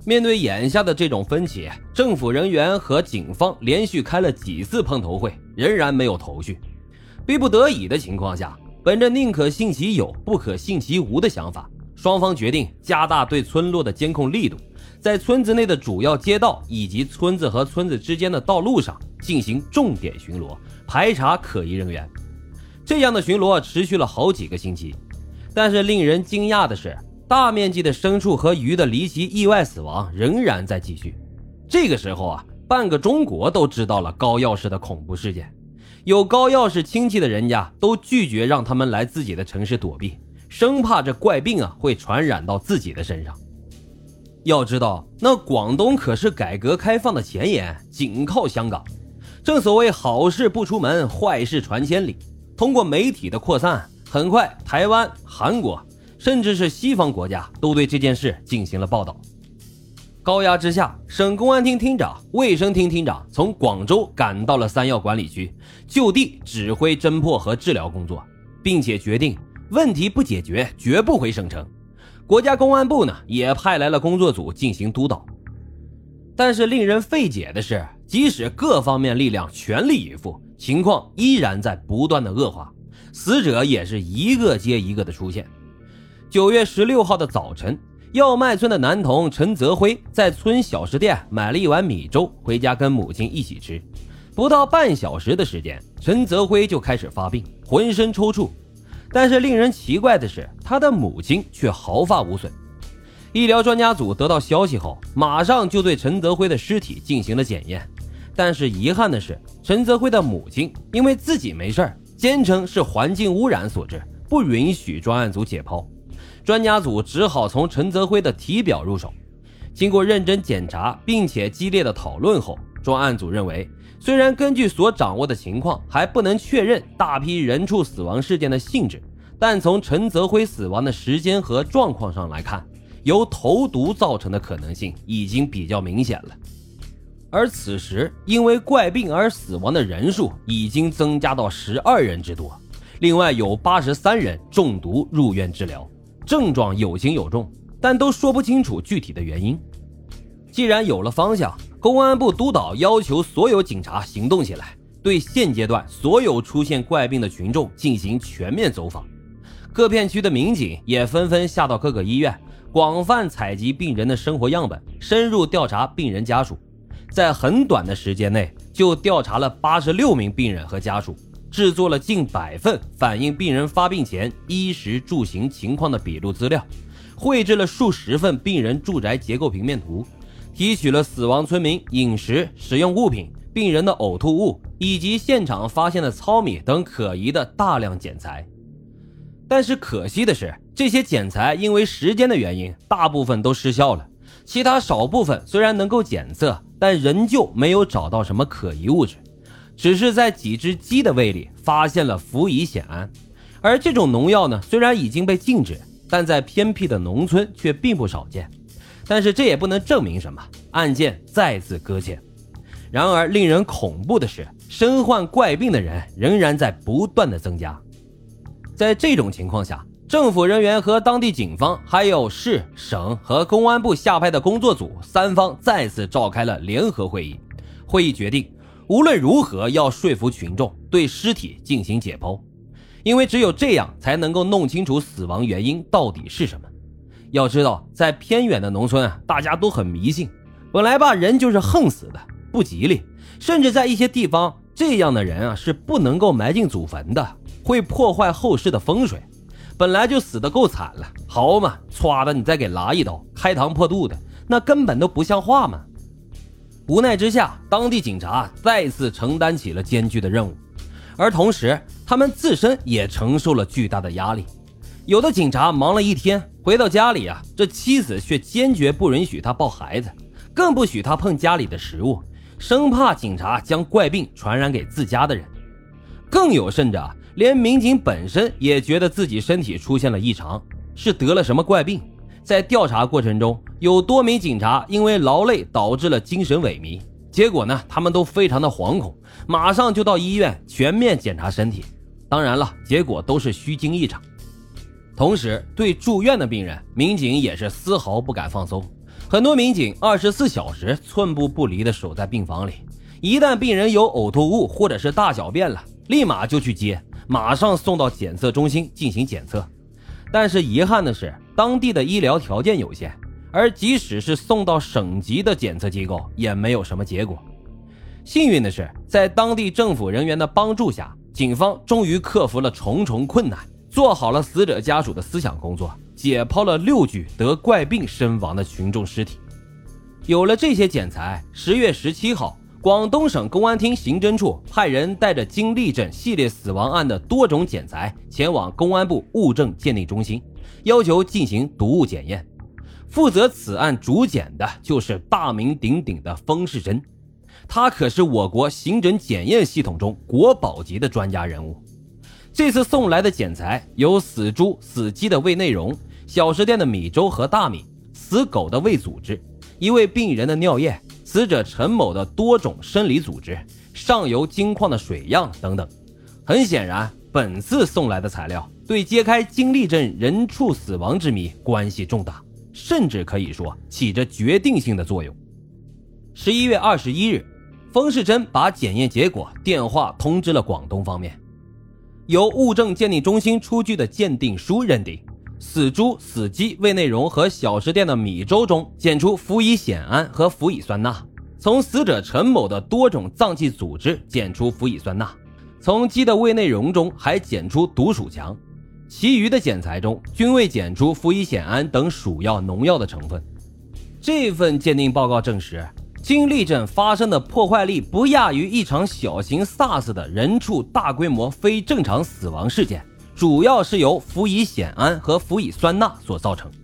面对眼下的这种分歧，政府人员和警方连续开了几次碰头会，仍然没有头绪。逼不得已的情况下，本着宁可信其有不可信其无的想法，双方决定加大对村落的监控力度，在村子内的主要街道以及村子和村子之间的道路上进行重点巡逻，排查可疑人员。这样的巡逻持续了好几个星期，但是令人惊讶的是，大面积的牲畜和鱼的离奇意外死亡仍然在继续。这个时候半个中国都知道了高药师的恐怖事件，有高药师亲戚的人家都拒绝让他们来自己的城市躲避，生怕这怪病会传染到自己的身上。要知道，那广东可是改革开放的前沿，紧靠香港。正所谓好事不出门，坏事传千里。通过媒体的扩散，很快台湾、韩国甚至是西方国家都对这件事进行了报道。高压之下，省公安厅厅长、卫生厅厅长从广州赶到了三药管理区，就地指挥侦破和治疗工作，并且决定问题不解决绝不回省城。国家公安部呢也派来了工作组进行督导。但是令人费解的是，即使各方面力量全力以赴，情况依然在不断的恶化，死者也是一个接一个的出现。9月16号的早晨，药麦村的男童陈泽辉在村小食店买了一碗米粥回家跟母亲一起吃。不到半小时的时间，陈泽辉就开始发病，浑身抽搐。但是令人奇怪的是，他的母亲却毫发无损。医疗专家组得到消息后，马上就对陈泽辉的尸体进行了检验。但是遗憾的是，陈泽辉的母亲因为自己没事，坚称是环境污染所致，不允许专案组解剖。专家组只好从陈泽辉的体表入手。经过认真检查并且激烈的讨论后，专案组认为，虽然根据所掌握的情况还不能确认大批人畜死亡事件的性质，但从陈泽辉死亡的时间和状况上来看，由投毒造成的可能性已经比较明显了。而此时因为怪病而死亡的人数已经增加到12人之多，另外有83人中毒入院治疗，症状有轻有重，但都说不清楚具体的原因。既然有了方向，公安部督导要求所有警察行动起来，对现阶段所有出现怪病的群众进行全面走访。各片区的民警也纷纷下到各个医院，广泛采集病人的生活样本，深入调查病人家属。在很短的时间内就调查了86名病人和家属，制作了近100份反映病人发病前衣食住行情况的笔录资料，绘制了数十份病人住宅结构平面图，提取了死亡村民饮食、使用物品、病人的呕吐物以及现场发现的糙米等可疑的大量检材。但是可惜的是，这些检材因为时间的原因，大部分都失效了。其他少部分虽然能够检测，但仍旧没有找到什么可疑物质，只是在几只鸡的胃里发现了氟乙酰胺。而这种农药呢，虽然已经被禁止，但在偏僻的农村却并不少见。但是这也不能证明什么，案件再次搁浅。然而令人恐怖的是，身患怪病的人仍然在不断的增加。在这种情况下，政府人员和当地警方还有市、省和公安部下派的工作组三方再次召开了联合会议。会议决定，无论如何要说服群众对尸体进行解剖，因为只有这样才能够弄清楚死亡原因到底是什么。要知道，在偏远的农村大家都很迷信，本来吧人就是横死的，不吉利，甚至在一些地方，这样的人是不能够埋进祖坟的，会破坏后世的风水。本来就死得够惨了，好嘛，歘的你再给拉一刀，开膛破肚的，那根本都不像话嘛。无奈之下，当地警察再次承担起了艰巨的任务，而同时他们自身也承受了巨大的压力。有的警察忙了一天，回到家里这妻子却坚决不允许他抱孩子，更不许他碰家里的食物，生怕警察将怪病传染给自家的人。更有甚者，连民警本身也觉得自己身体出现了异常，是得了什么怪病。在调查过程中，有多名警察因为劳累导致了精神萎靡，结果呢，他们都非常的惶恐，马上就到医院全面检查身体。当然了，结果都是虚惊一场。同时，对住院的病人，民警也是丝毫不敢放松， 很多民警24小时寸步不离地守在病房里，一旦病人有呕吐物或者是大小便了，立马就去接，马上送到检测中心进行检测。但是遗憾的是，当地的医疗条件有限，而即使是送到省级的检测机构也没有什么结果。幸运的是，在当地政府人员的帮助下，警方终于克服了重重困难，做好了死者家属的思想工作，解剖了6具得怪病身亡的群众尸体。有了这些检材，10月17号，广东省公安厅刑侦处派人带着金利镇系列死亡案的多种检材前往公安部物证鉴定中心，要求进行毒物检验。负责此案主检的就是大名鼎鼎的封世珍，他可是我国刑侦检验系统中国宝级的专家人物。这次送来的检材有死猪、死鸡的胃内容、小食店的米粥和大米、死狗的胃组织、一位病人的尿液、死者陈某的多种生理组织、上游金矿的水样等等。很显然，本次送来的材料对揭开金利镇人畜死亡之谜关系重大，甚至可以说起着决定性的作用。11月21日，封世珍把检验结果电话通知了广东方面。由物证鉴定中心出具的鉴定书认定，死猪、死鸡胃内容和小食店的米粥中检出氟乙酰胺和氟乙酸钠，从死者陈某的多种脏器组织检出氟乙酸钠，从鸡的胃内容中还检出毒鼠强，其余的检材中均未检出氟乙酰胺等鼠药、农药的成分。这份鉴定报告证实，金利镇发生的破坏力不亚于一场小型 SARS 的人畜大规模非正常死亡事件，主要是由氟乙酰胺和氟乙酸钠所造成。